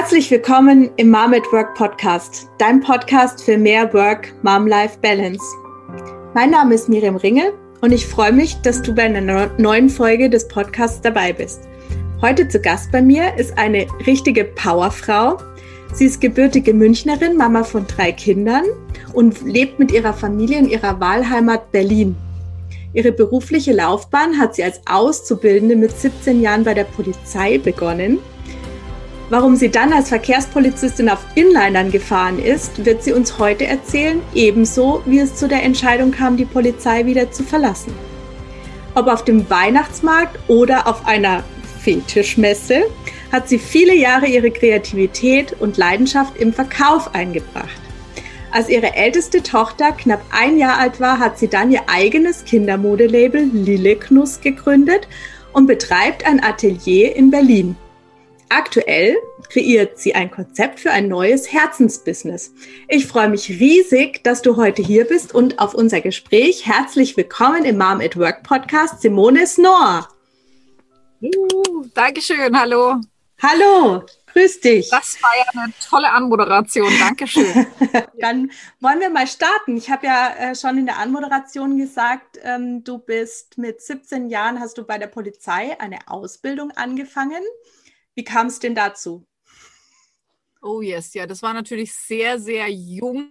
Herzlich willkommen im Mom at Work Podcast, dein Podcast für mehr Work-Mom-Life-Balance. Mein Name ist Miriam Ringel und ich freue mich, dass du bei einer neuen Folge des Podcasts dabei bist. Heute zu Gast bei mir ist eine richtige Powerfrau. Sie ist gebürtige Münchnerin, Mama von 3 Kindern und lebt mit ihrer Familie in ihrer Wahlheimat Berlin. Ihre berufliche Laufbahn hat sie als Auszubildende mit 17 Jahren bei der Polizei begonnen. Warum sie dann als Verkehrspolizistin auf Inlinern gefahren ist, wird sie uns heute erzählen, ebenso wie es zu der Entscheidung kam, die Polizei wieder zu verlassen. Ob auf dem Weihnachtsmarkt oder auf einer Fetischmesse, hat sie viele Jahre ihre Kreativität und Leidenschaft im Verkauf eingebracht. Als ihre älteste Tochter knapp 1 Jahr alt war, hat sie dann ihr eigenes Kindermodelabel Lilleknuss gegründet und betreibt ein Atelier in Berlin. Aktuell kreiert sie ein Konzept für ein neues Herzensbusiness. Ich freue mich riesig, dass du heute hier bist und auf unser Gespräch. Herzlich willkommen im Mom at Work Podcast, Simone Snohr. Dankeschön, hallo. Hallo, grüß dich. Das war ja eine tolle Anmoderation, Dankeschön. Dann wollen wir mal starten. Ich habe ja schon in der Anmoderation gesagt, du bist mit 17 Jahren, hast du bei der Polizei eine Ausbildung angefangen. Wie kam es denn dazu? Oh yes, ja, das war natürlich sehr, sehr jung.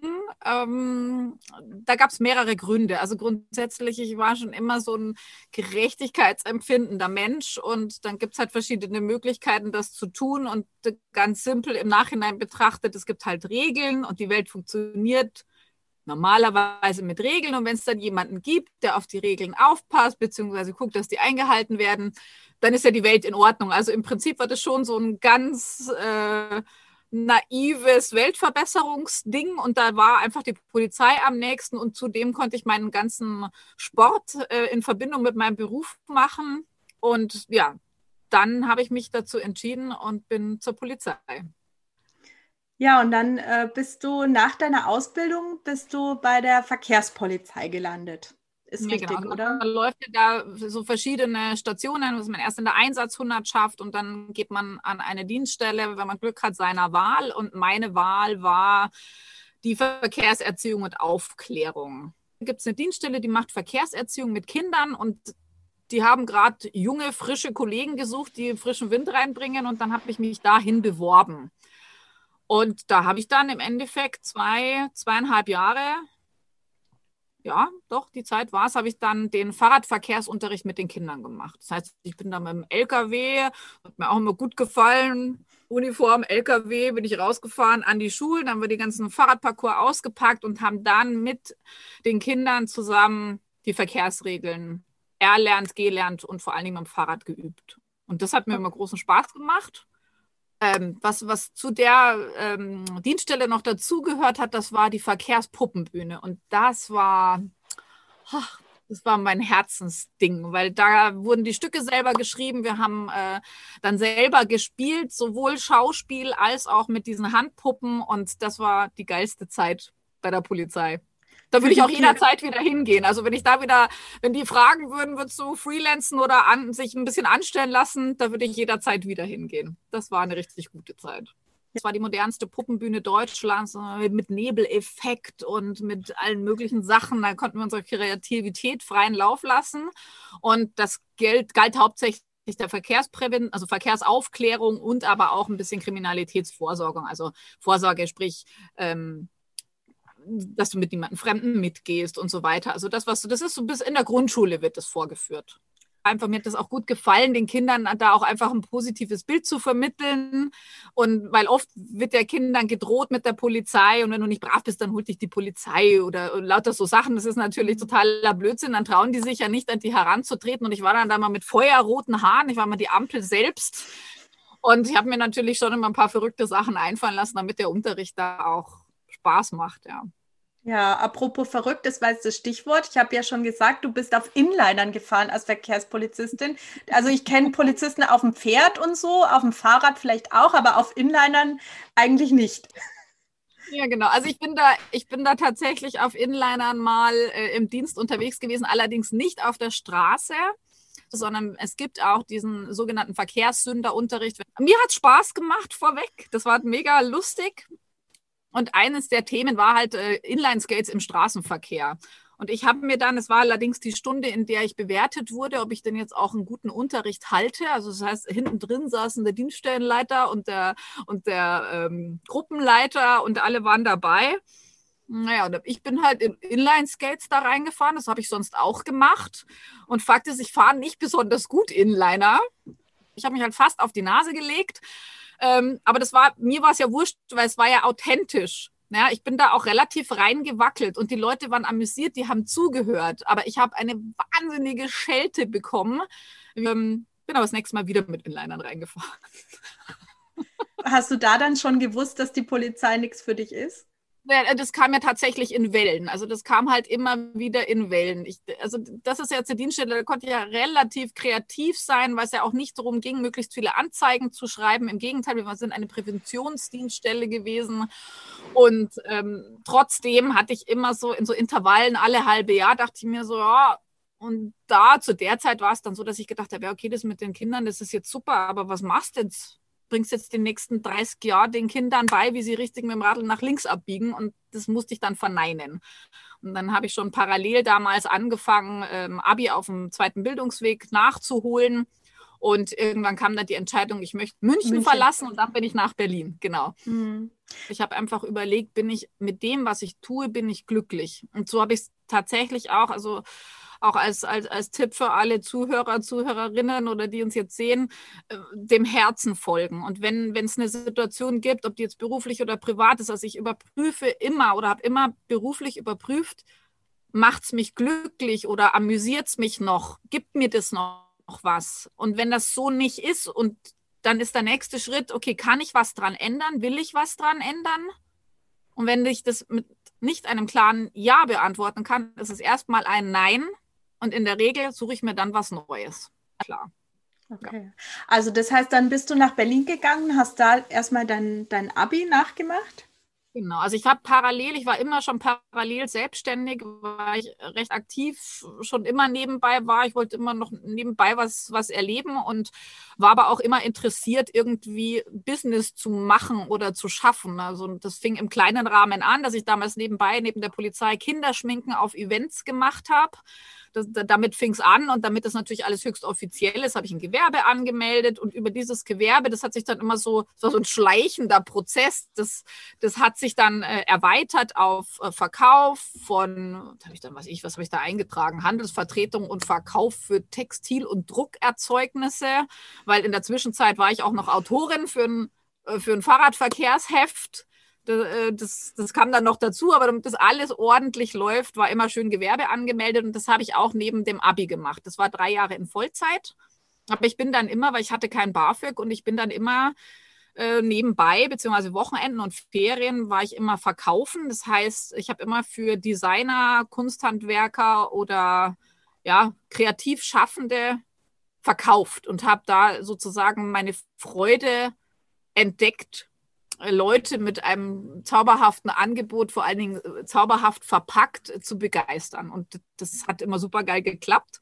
Da gab es mehrere Gründe. Also grundsätzlich, ich war schon immer so ein gerechtigkeitsempfindender Mensch und dann gibt es halt verschiedene Möglichkeiten, das zu tun und ganz simpel im Nachhinein betrachtet, es gibt halt Regeln und die Welt funktioniert normalerweise mit Regeln und wenn es dann jemanden gibt, der auf die Regeln aufpasst, beziehungsweise guckt, dass die eingehalten werden, dann ist ja die Welt in Ordnung. Also im Prinzip war das schon so ein ganz naives Weltverbesserungsding und da war einfach die Polizei am nächsten und zudem konnte ich meinen ganzen Sport in Verbindung mit meinem Beruf machen und ja, dann habe ich mich dazu entschieden und bin zur Polizei. Ja, und dann bist du nach deiner Ausbildung bei der Verkehrspolizei gelandet. Ist richtig, genau. Oder? Man läuft ja da so verschiedene Stationen, was man erst in der Einsatzhundertschaft und dann geht man an eine Dienststelle, wenn man Glück hat, seiner Wahl. Und meine Wahl war die Verkehrserziehung und Aufklärung. Da gibt es eine Dienststelle, die macht Verkehrserziehung mit Kindern und die haben gerade junge, frische Kollegen gesucht, die frischen Wind reinbringen und dann habe ich mich dahin beworben. Und da habe ich dann im Endeffekt 2,5 Jahre, ja, doch, die Zeit war es, habe ich dann den Fahrradverkehrsunterricht mit den Kindern gemacht. Das heißt, ich bin da mit dem LKW, hat mir auch immer gut gefallen, Uniform, LKW, bin ich rausgefahren an die Schulen, haben wir die ganzen Fahrradparcours ausgepackt und haben dann mit den Kindern zusammen die Verkehrsregeln erlernt, gelernt und vor allen Dingen mit dem Fahrrad geübt. Und das hat mir immer großen Spaß gemacht. Was zu der Dienststelle noch dazugehört hat, das war die Verkehrspuppenbühne. Und das war mein Herzensding, weil da wurden die Stücke selber geschrieben. Wir haben dann selber gespielt, sowohl Schauspiel als auch mit diesen Handpuppen. Und das war die geilste Zeit bei der Polizei. Da würde ich auch jederzeit wieder hingehen. Also wenn die fragen würden, würdest du freelancen oder sich ein bisschen anstellen lassen, da würde ich jederzeit wieder hingehen. Das war eine richtig gute Zeit. Das war die modernste Puppenbühne Deutschlands mit Nebeleffekt und mit allen möglichen Sachen. Da konnten wir unsere Kreativität freien Lauf lassen. Und das galt hauptsächlich der also Verkehrsaufklärung und aber auch ein bisschen Kriminalitätsvorsorgung. Also Vorsorge, sprich dass du mit niemandem Fremden mitgehst und so weiter. Also das ist so bis in der Grundschule wird das vorgeführt. Einfach mir hat das auch gut gefallen, den Kindern da auch einfach ein positives Bild zu vermitteln. Und weil oft wird der Kindern gedroht mit der Polizei und wenn du nicht brav bist, dann holt dich die Polizei oder lauter so Sachen. Das ist natürlich totaler Blödsinn. Dann trauen die sich ja nicht, an die heranzutreten. Und ich war dann da mal mit feuerroten Haaren. Ich war mal die Ampel selbst. Und ich habe mir natürlich schon immer ein paar verrückte Sachen einfallen lassen, damit der Unterricht da auch Spaß macht, ja. Ja, apropos verrückt, das war jetzt das Stichwort. Ich habe ja schon gesagt, du bist auf Inlinern gefahren als Verkehrspolizistin. Also ich kenne Polizisten auf dem Pferd und so, auf dem Fahrrad vielleicht auch, aber auf Inlinern eigentlich nicht. Ja, genau. Also ich bin da tatsächlich auf Inlinern mal im Dienst unterwegs gewesen, allerdings nicht auf der Straße, sondern es gibt auch diesen sogenannten Verkehrssünderunterricht. Mir hat es Spaß gemacht vorweg. Das war mega lustig. Und eines der Themen war halt Inline-Skates im Straßenverkehr. Und ich habe mir dann, es war allerdings die Stunde, in der ich bewertet wurde, ob ich denn jetzt auch einen guten Unterricht halte. Also das heißt, hinten drin saßen der Dienststellenleiter und der Gruppenleiter und alle waren dabei. Naja, und ich bin halt in Inline-Skates da reingefahren. Das habe ich sonst auch gemacht. Und Fakt ist, ich fahre nicht besonders gut Inliner. Ich habe mich halt fast auf die Nase gelegt. Aber mir war es ja wurscht, weil es war ja authentisch. Ja, ich bin da auch relativ reingewackelt und die Leute waren amüsiert, die haben zugehört. Aber ich habe eine wahnsinnige Schelte bekommen. Bin aber das nächste Mal wieder mit Inlinern reingefahren. Hast du da dann schon gewusst, dass die Polizei nichts für dich ist? Das kam ja tatsächlich in Wellen. Also das kam halt immer wieder in Wellen. Also das ist jetzt die Dienststelle, da konnte ich ja relativ kreativ sein, weil es ja auch nicht darum ging, möglichst viele Anzeigen zu schreiben. Im Gegenteil, wir sind eine Präventionsdienststelle gewesen. Und trotzdem hatte ich immer so in so Intervallen alle halbe Jahr, dachte ich mir so, ja, und da zu der Zeit war es dann so, dass ich gedacht habe, ja, okay, das mit den Kindern, das ist jetzt super, aber was machst du jetzt? Bringst jetzt die nächsten 30 Jahre den Kindern bei, wie sie richtig mit dem Radl nach links abbiegen und das musste ich dann verneinen. Und dann habe ich schon parallel damals angefangen, Abi auf dem zweiten Bildungsweg nachzuholen und irgendwann kam dann die Entscheidung, ich möchte München verlassen und dann bin ich nach Berlin, genau. Mhm. Ich habe einfach überlegt, bin ich mit dem, was ich tue, bin ich glücklich? Und so habe ich es tatsächlich auch, also auch als Tipp für alle Zuhörer, Zuhörerinnen oder die uns jetzt sehen, dem Herzen folgen. Und wenn es eine Situation gibt, ob die jetzt beruflich oder privat ist, also ich überprüfe immer oder habe immer beruflich überprüft, macht es mich glücklich oder amüsiert es mich noch? Gibt mir das noch was? Und wenn das so nicht ist und dann ist der nächste Schritt, okay, kann ich was dran ändern? Will ich was dran ändern? Und wenn ich das mit nicht einem klaren Ja beantworten kann, ist es erstmal ein Nein. Und in der Regel suche ich mir dann was Neues. Klar. Okay. Ja. Also das heißt, dann bist du nach Berlin gegangen, hast da erstmal dein Abi nachgemacht? Genau, also ich war immer schon parallel selbstständig, weil ich recht aktiv schon immer nebenbei war. Ich wollte immer noch nebenbei was erleben und war aber auch immer interessiert, irgendwie Business zu machen oder zu schaffen. Also das fing im kleinen Rahmen an, dass ich damals nebenbei neben der Polizei Kinderschminken auf Events gemacht habe. Damit fing es an und damit das natürlich alles höchst offiziell ist, habe ich ein Gewerbe angemeldet und über dieses Gewerbe, das hat sich dann immer so, das war so ein schleichender Prozess, das hat sich dann erweitert auf Verkauf von, was habe ich da eingetragen, Handelsvertretung und Verkauf für Textil- und Druckerzeugnisse, weil in der Zwischenzeit war ich auch noch Autorin für ein Fahrradverkehrsheft. Das kam dann noch dazu, aber damit das alles ordentlich läuft, war immer schön Gewerbe angemeldet und das habe ich auch neben dem Abi gemacht. Das war 3 Jahre in Vollzeit, aber ich bin dann immer, weil ich hatte kein BAföG und ich bin dann immer nebenbei, beziehungsweise Wochenenden und Ferien war ich immer verkaufen. Das heißt, ich habe immer für Designer, Kunsthandwerker oder ja, kreativ Schaffende verkauft und habe da sozusagen meine Freude entdeckt, Leute mit einem zauberhaften Angebot, vor allen Dingen zauberhaft verpackt, zu begeistern. Und das hat immer super geil geklappt.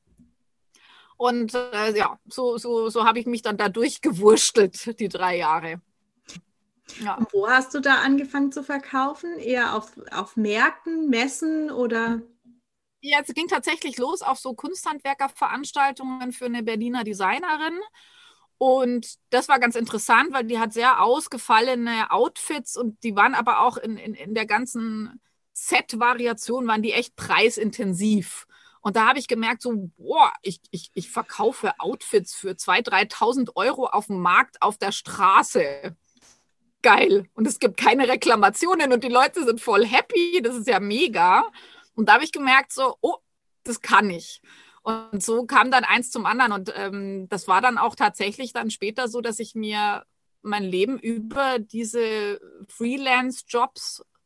Und ja, so habe ich mich dann da durchgewurstelt, die 3 Jahre. Ja. Und wo hast du da angefangen zu verkaufen? Eher auf Märkten, Messen oder? Ja, es ging tatsächlich los auf so Kunsthandwerkerveranstaltungen für eine Berliner Designerin. Und das war ganz interessant, weil die hat sehr ausgefallene Outfits und die waren aber auch in der ganzen Set-Variation, waren die echt preisintensiv. Und da habe ich gemerkt, so, boah, ich verkaufe Outfits für 2.000, 3.000 Euro auf dem Markt, auf der Straße. Geil. Und es gibt keine Reklamationen und die Leute sind voll happy. Das ist ja mega. Und da habe ich gemerkt, so, oh, das kann ich. Und so kam dann eins zum anderen. Und das war dann auch tatsächlich dann später so, dass ich mir mein Leben über diese Freelance-Jobs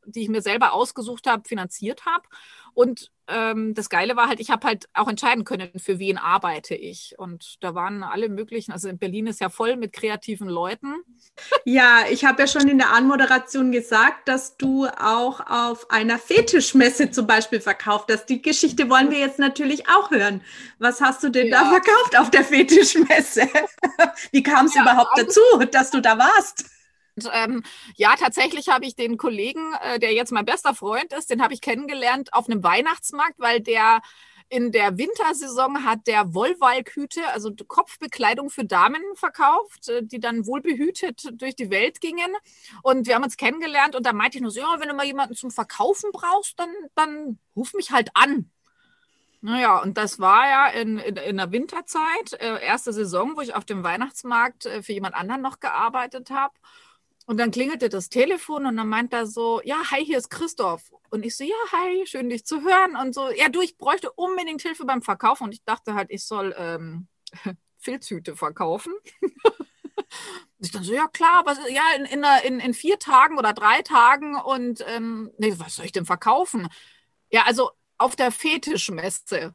die ich mir selber ausgesucht habe, finanziert habe. Und das Geile war halt, ich habe halt auch entscheiden können, für wen arbeite ich. Und da waren alle möglichen, also in Berlin ist ja voll mit kreativen Leuten. Ja, ich habe ja schon in der Anmoderation gesagt, dass du auch auf einer Fetischmesse zum Beispiel verkauft hast. Die Geschichte wollen wir jetzt natürlich auch hören. Was hast du denn da verkauft auf der Fetischmesse? Wie kam es überhaupt dazu, dass du da warst? Und, ja, tatsächlich habe ich den Kollegen, der jetzt mein bester Freund ist, den habe ich kennengelernt auf einem Weihnachtsmarkt, weil der in der Wintersaison hat der Wollwalkhüte, also Kopfbekleidung für Damen verkauft, die dann wohlbehütet durch die Welt gingen. Und wir haben uns kennengelernt und da meinte ich nur so, ja, wenn du mal jemanden zum Verkaufen brauchst, dann ruf mich halt an. Naja, und das war ja in der Winterzeit, erste Saison, wo ich auf dem Weihnachtsmarkt für jemand anderen noch gearbeitet habe. Und dann klingelte das Telefon und dann meint er so, ja, hi, hier ist Christoph. Und ich so, ja, hi, schön dich zu hören. Und so, ja, du, ich bräuchte unbedingt Hilfe beim Verkaufen. Und ich dachte halt, ich soll Filzhüte verkaufen. Und ich dann so, ja klar, was, ja, in 4 Tagen oder 3 Tagen. Und nee, was soll ich denn verkaufen? Ja, also auf der Fetischmesse.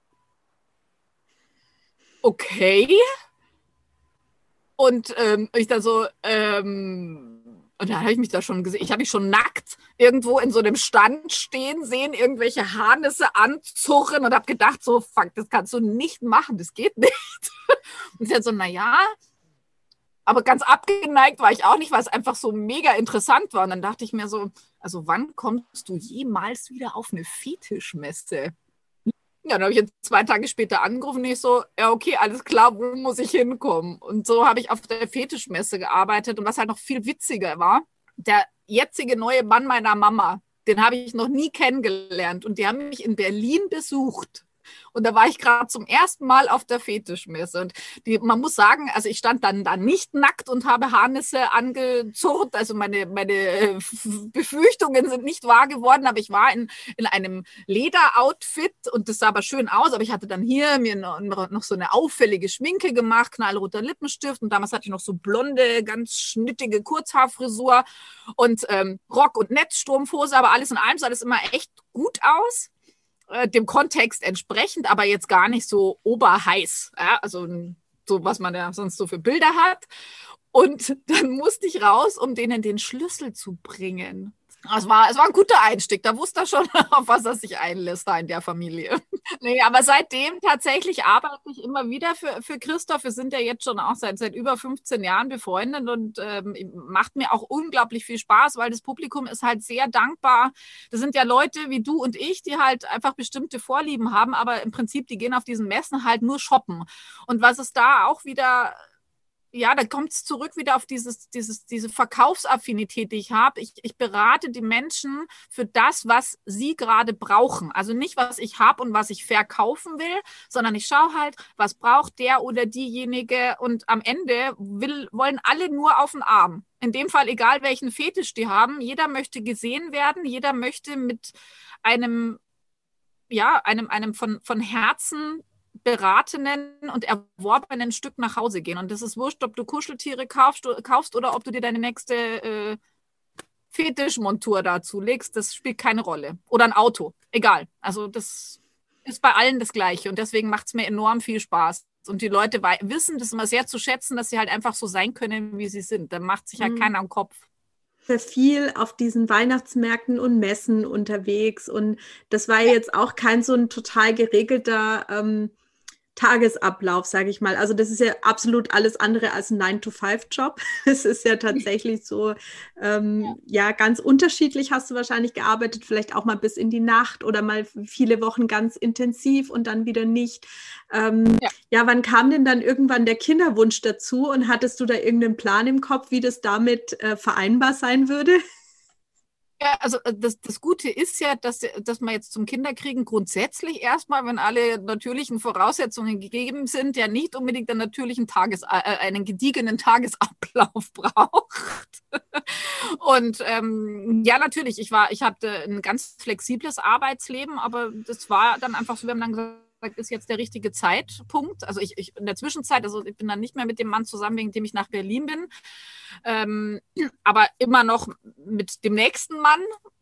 Okay. Und ich da so, und da habe ich mich da schon gesehen, ich habe mich schon nackt irgendwo in so einem Stand stehen sehen, irgendwelche Harnisse anzurren und habe gedacht, so, fuck, das kannst du nicht machen, das geht nicht. Und ich dann so, naja, aber ganz abgeneigt war ich auch nicht, weil es einfach so mega interessant war. Und dann dachte ich mir so, also wann kommst du jemals wieder auf eine Fetischmesse? Ja, dann habe ich ihn 2 Tage später angerufen und ich so, ja, okay, alles klar, wo muss ich hinkommen? Und so habe ich auf der Fetischmesse gearbeitet. Und was halt noch viel witziger war, der jetzige neue Mann meiner Mama, den habe ich noch nie kennengelernt. Und die haben mich in Berlin besucht. Und da war ich gerade zum ersten Mal auf der Fetischmesse. Und man muss sagen, also ich stand dann da nicht nackt und habe Harnisse angezurrt. Also meine Befürchtungen sind nicht wahr geworden, aber ich war in einem Lederoutfit und das sah aber schön aus. Aber ich hatte dann hier mir noch so eine auffällige Schminke gemacht, knallroter Lippenstift. Und damals hatte ich noch so blonde, ganz schnittige Kurzhaarfrisur und Rock und Netzstrumpfhose. Aber alles in allem sah das immer echt gut aus. Dem Kontext entsprechend, aber jetzt gar nicht so oberheiß. Ja? Also so, was man ja sonst so für Bilder hat. Und dann musste ich raus, um denen den Schlüssel zu bringen. Es war ein guter Einstieg. Da wusste er schon, auf was er sich einlässt da in der Familie. Nee, aber seitdem tatsächlich arbeite ich immer wieder für Christoph. Wir sind ja jetzt schon auch seit über 15 Jahren befreundet und macht mir auch unglaublich viel Spaß, weil das Publikum ist halt sehr dankbar. Das sind ja Leute wie du und ich, die halt einfach bestimmte Vorlieben haben, aber im Prinzip, die gehen auf diesen Messen halt nur shoppen. Und was es da auch wieder ja, da kommt es zurück wieder auf diese Verkaufsaffinität, die ich habe. Ich berate die Menschen für das, was sie gerade brauchen. Also nicht, was ich habe und was ich verkaufen will, sondern ich schaue halt, was braucht der oder diejenige. Und am Ende wollen alle nur auf den Arm. In dem Fall, egal welchen Fetisch die haben, jeder möchte gesehen werden, jeder möchte mit einem von Herzen beratenen und erworbenen Stück nach Hause gehen. Und das ist wurscht, ob du Kuscheltiere kaufst oder ob du dir deine nächste Fetischmontur dazu legst. Das spielt keine Rolle. Oder ein Auto. Egal. Also das ist bei allen das Gleiche. Und deswegen macht es mir enorm viel Spaß. Und die Leute wissen das immer sehr zu schätzen, dass sie halt einfach so sein können, wie sie sind. Da macht sich halt keiner am Kopf. Viel auf diesen Weihnachtsmärkten und Messen unterwegs. Und das war jetzt auch kein so ein total geregelter Tagesablauf, sage ich mal. Also das ist ja absolut alles andere als ein 9-to-5-Job. Es ist ja tatsächlich so, ja, ganz unterschiedlich hast du wahrscheinlich gearbeitet, vielleicht auch mal bis in die Nacht oder mal viele Wochen ganz intensiv und dann wieder nicht. Ja, wann kam denn dann irgendwann der Kinderwunsch dazu und hattest du da irgendeinen Plan im Kopf, wie das damit vereinbar sein würde? Ja, also das Gute ist ja, dass man jetzt zum Kinderkriegen grundsätzlich erstmal, wenn alle natürlichen Voraussetzungen gegeben sind, ja nicht unbedingt einen gediegenen Tagesablauf braucht. Und ja, natürlich, ich hatte ein ganz flexibles Arbeitsleben, aber das war dann einfach so, wir haben dann gesagt, ist jetzt der richtige Zeitpunkt. Also ich in der Zwischenzeit, also ich bin dann nicht mehr mit dem Mann zusammen, wegen dem ich nach Berlin bin, aber immer noch mit dem nächsten Mann.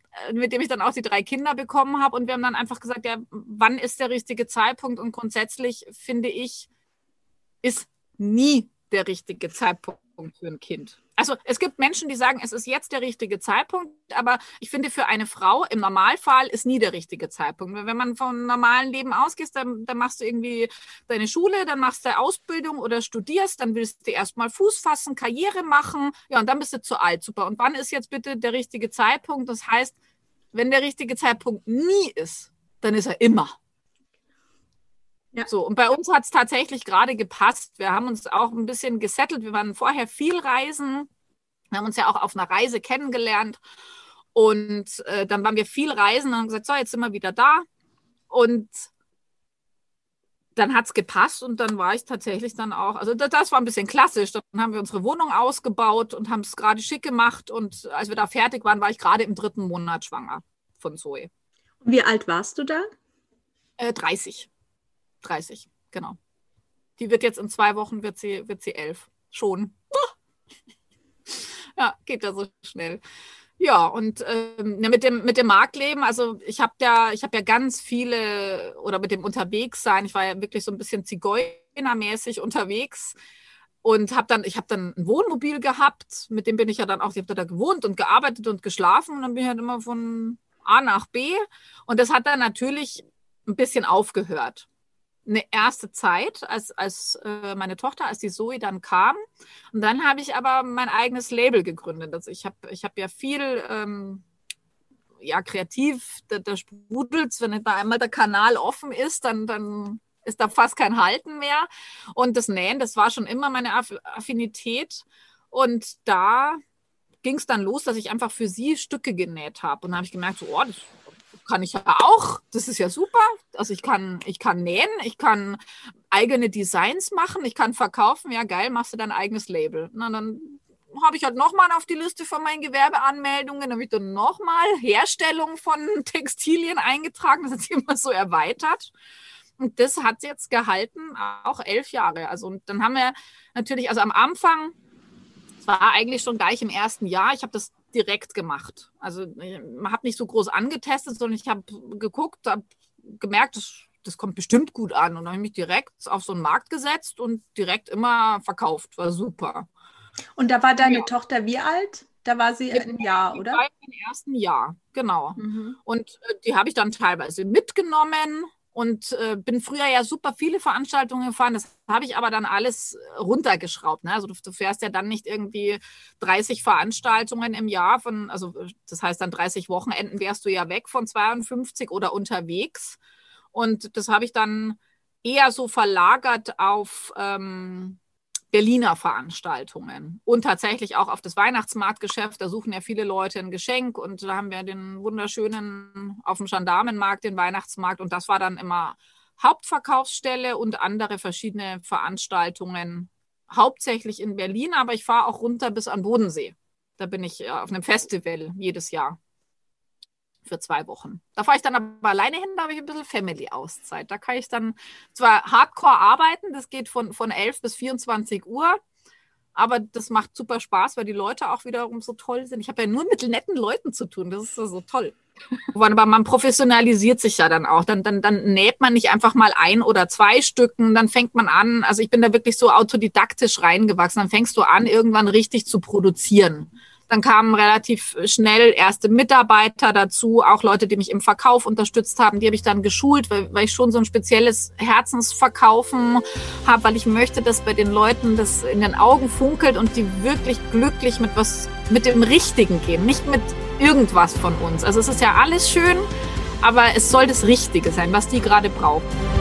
mit dem ich dann auch die 3 Kinder bekommen habe. Und wir haben dann einfach gesagt, ja, wann ist der richtige Zeitpunkt? Und grundsätzlich finde ich, ist nie der richtige Zeitpunkt für ein Kind. Also es gibt Menschen, die sagen, es ist jetzt der richtige Zeitpunkt, aber ich finde, für eine Frau im Normalfall ist nie der richtige Zeitpunkt. Wenn man vom normalen Leben ausgeht, dann machst du irgendwie deine Schule, dann machst du Ausbildung oder studierst, dann willst du erstmal Fuß fassen, Karriere machen, ja, und dann bist du zu alt. Super. Und wann ist jetzt bitte der richtige Zeitpunkt? Das heißt, wenn der richtige Zeitpunkt nie ist, dann ist er immer. Ja. So, und bei uns hat es tatsächlich gerade gepasst. Wir haben uns auch ein bisschen gesettelt. Wir waren vorher viel reisen. Wir haben uns ja auch auf einer Reise kennengelernt. Und dann waren wir viel reisen und haben gesagt, so, jetzt sind wir wieder da. Und dann hat es gepasst und dann war ich tatsächlich dann auch, also das war ein bisschen klassisch. Dann haben wir unsere Wohnung ausgebaut und haben es gerade schick gemacht. Und als wir da fertig waren, war ich gerade im 3. Monat schwanger von Zoe. Wie alt warst du da? 30, genau. Die wird jetzt in 2 Wochen, wird sie 11. Schon. Ja, geht ja so schnell. Ja, und mit dem Marktleben, also ich habe ja ganz viele, oder mit dem Unterwegssein, ich war ja wirklich so ein bisschen zigeunermäßig unterwegs und ich habe dann ein Wohnmobil gehabt, mit dem bin ich ja dann auch, ich habe da gewohnt und gearbeitet und geschlafen und dann bin ich halt immer von A nach B und das hat dann natürlich ein bisschen aufgehört. Eine erste Zeit, als meine Tochter, als die Zoe dann kam. Und dann habe ich aber mein eigenes Label gegründet. Also ich hab ja viel kreativ, da sprudelt es, wenn da einmal der Kanal offen ist, dann ist da fast kein Halten mehr. Und das Nähen, das war schon immer meine Affinität. Und da ging es dann los, dass ich einfach für sie Stücke genäht habe. Und dann habe ich gemerkt, so, oh, das kann ich ja auch, das ist ja super. Also ich kann nähen, ich kann eigene Designs machen, ich kann verkaufen, ja geil, machst du dein eigenes Label. Na, dann habe ich halt nochmal auf die Liste von meinen Gewerbeanmeldungen, dann habe ich dann nochmal Herstellung von Textilien eingetragen, das hat sich immer so erweitert. Und das hat jetzt gehalten, auch 11 Jahre. Also und dann haben wir natürlich, also am Anfang, es war eigentlich schon gleich im 1. Jahr, ich habe das direkt gemacht. Also man hat nicht so groß angetestet, sondern ich habe geguckt, habe gemerkt, das kommt bestimmt gut an. Und dann habe ich mich direkt auf so einen Markt gesetzt und direkt immer verkauft. War super. Und da war deine Tochter wie alt? Da war sie ein Jahr, oder? War im 1. Jahr, genau. Mhm. Und die habe ich dann teilweise mitgenommen. Und bin früher ja super viele Veranstaltungen gefahren. Das habe ich aber dann alles runtergeschraubt. Ne? Also du fährst ja dann nicht irgendwie 30 Veranstaltungen im Jahr. Also das heißt dann 30 Wochenenden wärst du ja weg von 52 oder unterwegs. Und das habe ich dann eher so verlagert auf Berliner Veranstaltungen und tatsächlich auch auf das Weihnachtsmarktgeschäft. Da suchen ja viele Leute ein Geschenk und da haben wir den wunderschönen auf dem Gendarmenmarkt, den Weihnachtsmarkt und das war dann immer Hauptverkaufsstelle und andere verschiedene Veranstaltungen, hauptsächlich in Berlin, aber ich fahre auch runter bis an Bodensee. Da bin ich auf einem Festival jedes Jahr für 2 Wochen. Da fahre ich dann aber alleine hin, da habe ich ein bisschen Family-Auszeit. Da kann ich dann zwar hardcore arbeiten, das geht von 11 bis 24 Uhr, aber das macht super Spaß, weil die Leute auch wiederum so toll sind. Ich habe ja nur mit netten Leuten zu tun, das ist so toll. Aber man professionalisiert sich ja dann auch. Dann näht man nicht einfach mal 1 oder 2 Stücken, dann fängt man an, also ich bin da wirklich so autodidaktisch reingewachsen, dann fängst du an, irgendwann richtig zu produzieren. Dann kamen relativ schnell erste Mitarbeiter dazu, auch Leute, die mich im Verkauf unterstützt haben. Die habe ich dann geschult, weil ich schon so ein spezielles Herzensverkaufen habe, weil ich möchte, dass bei den Leuten das in den Augen funkelt und die wirklich glücklich mit dem Richtigen gehen, nicht mit irgendwas von uns. Also es ist ja alles schön, aber es soll das Richtige sein, was die gerade brauchen.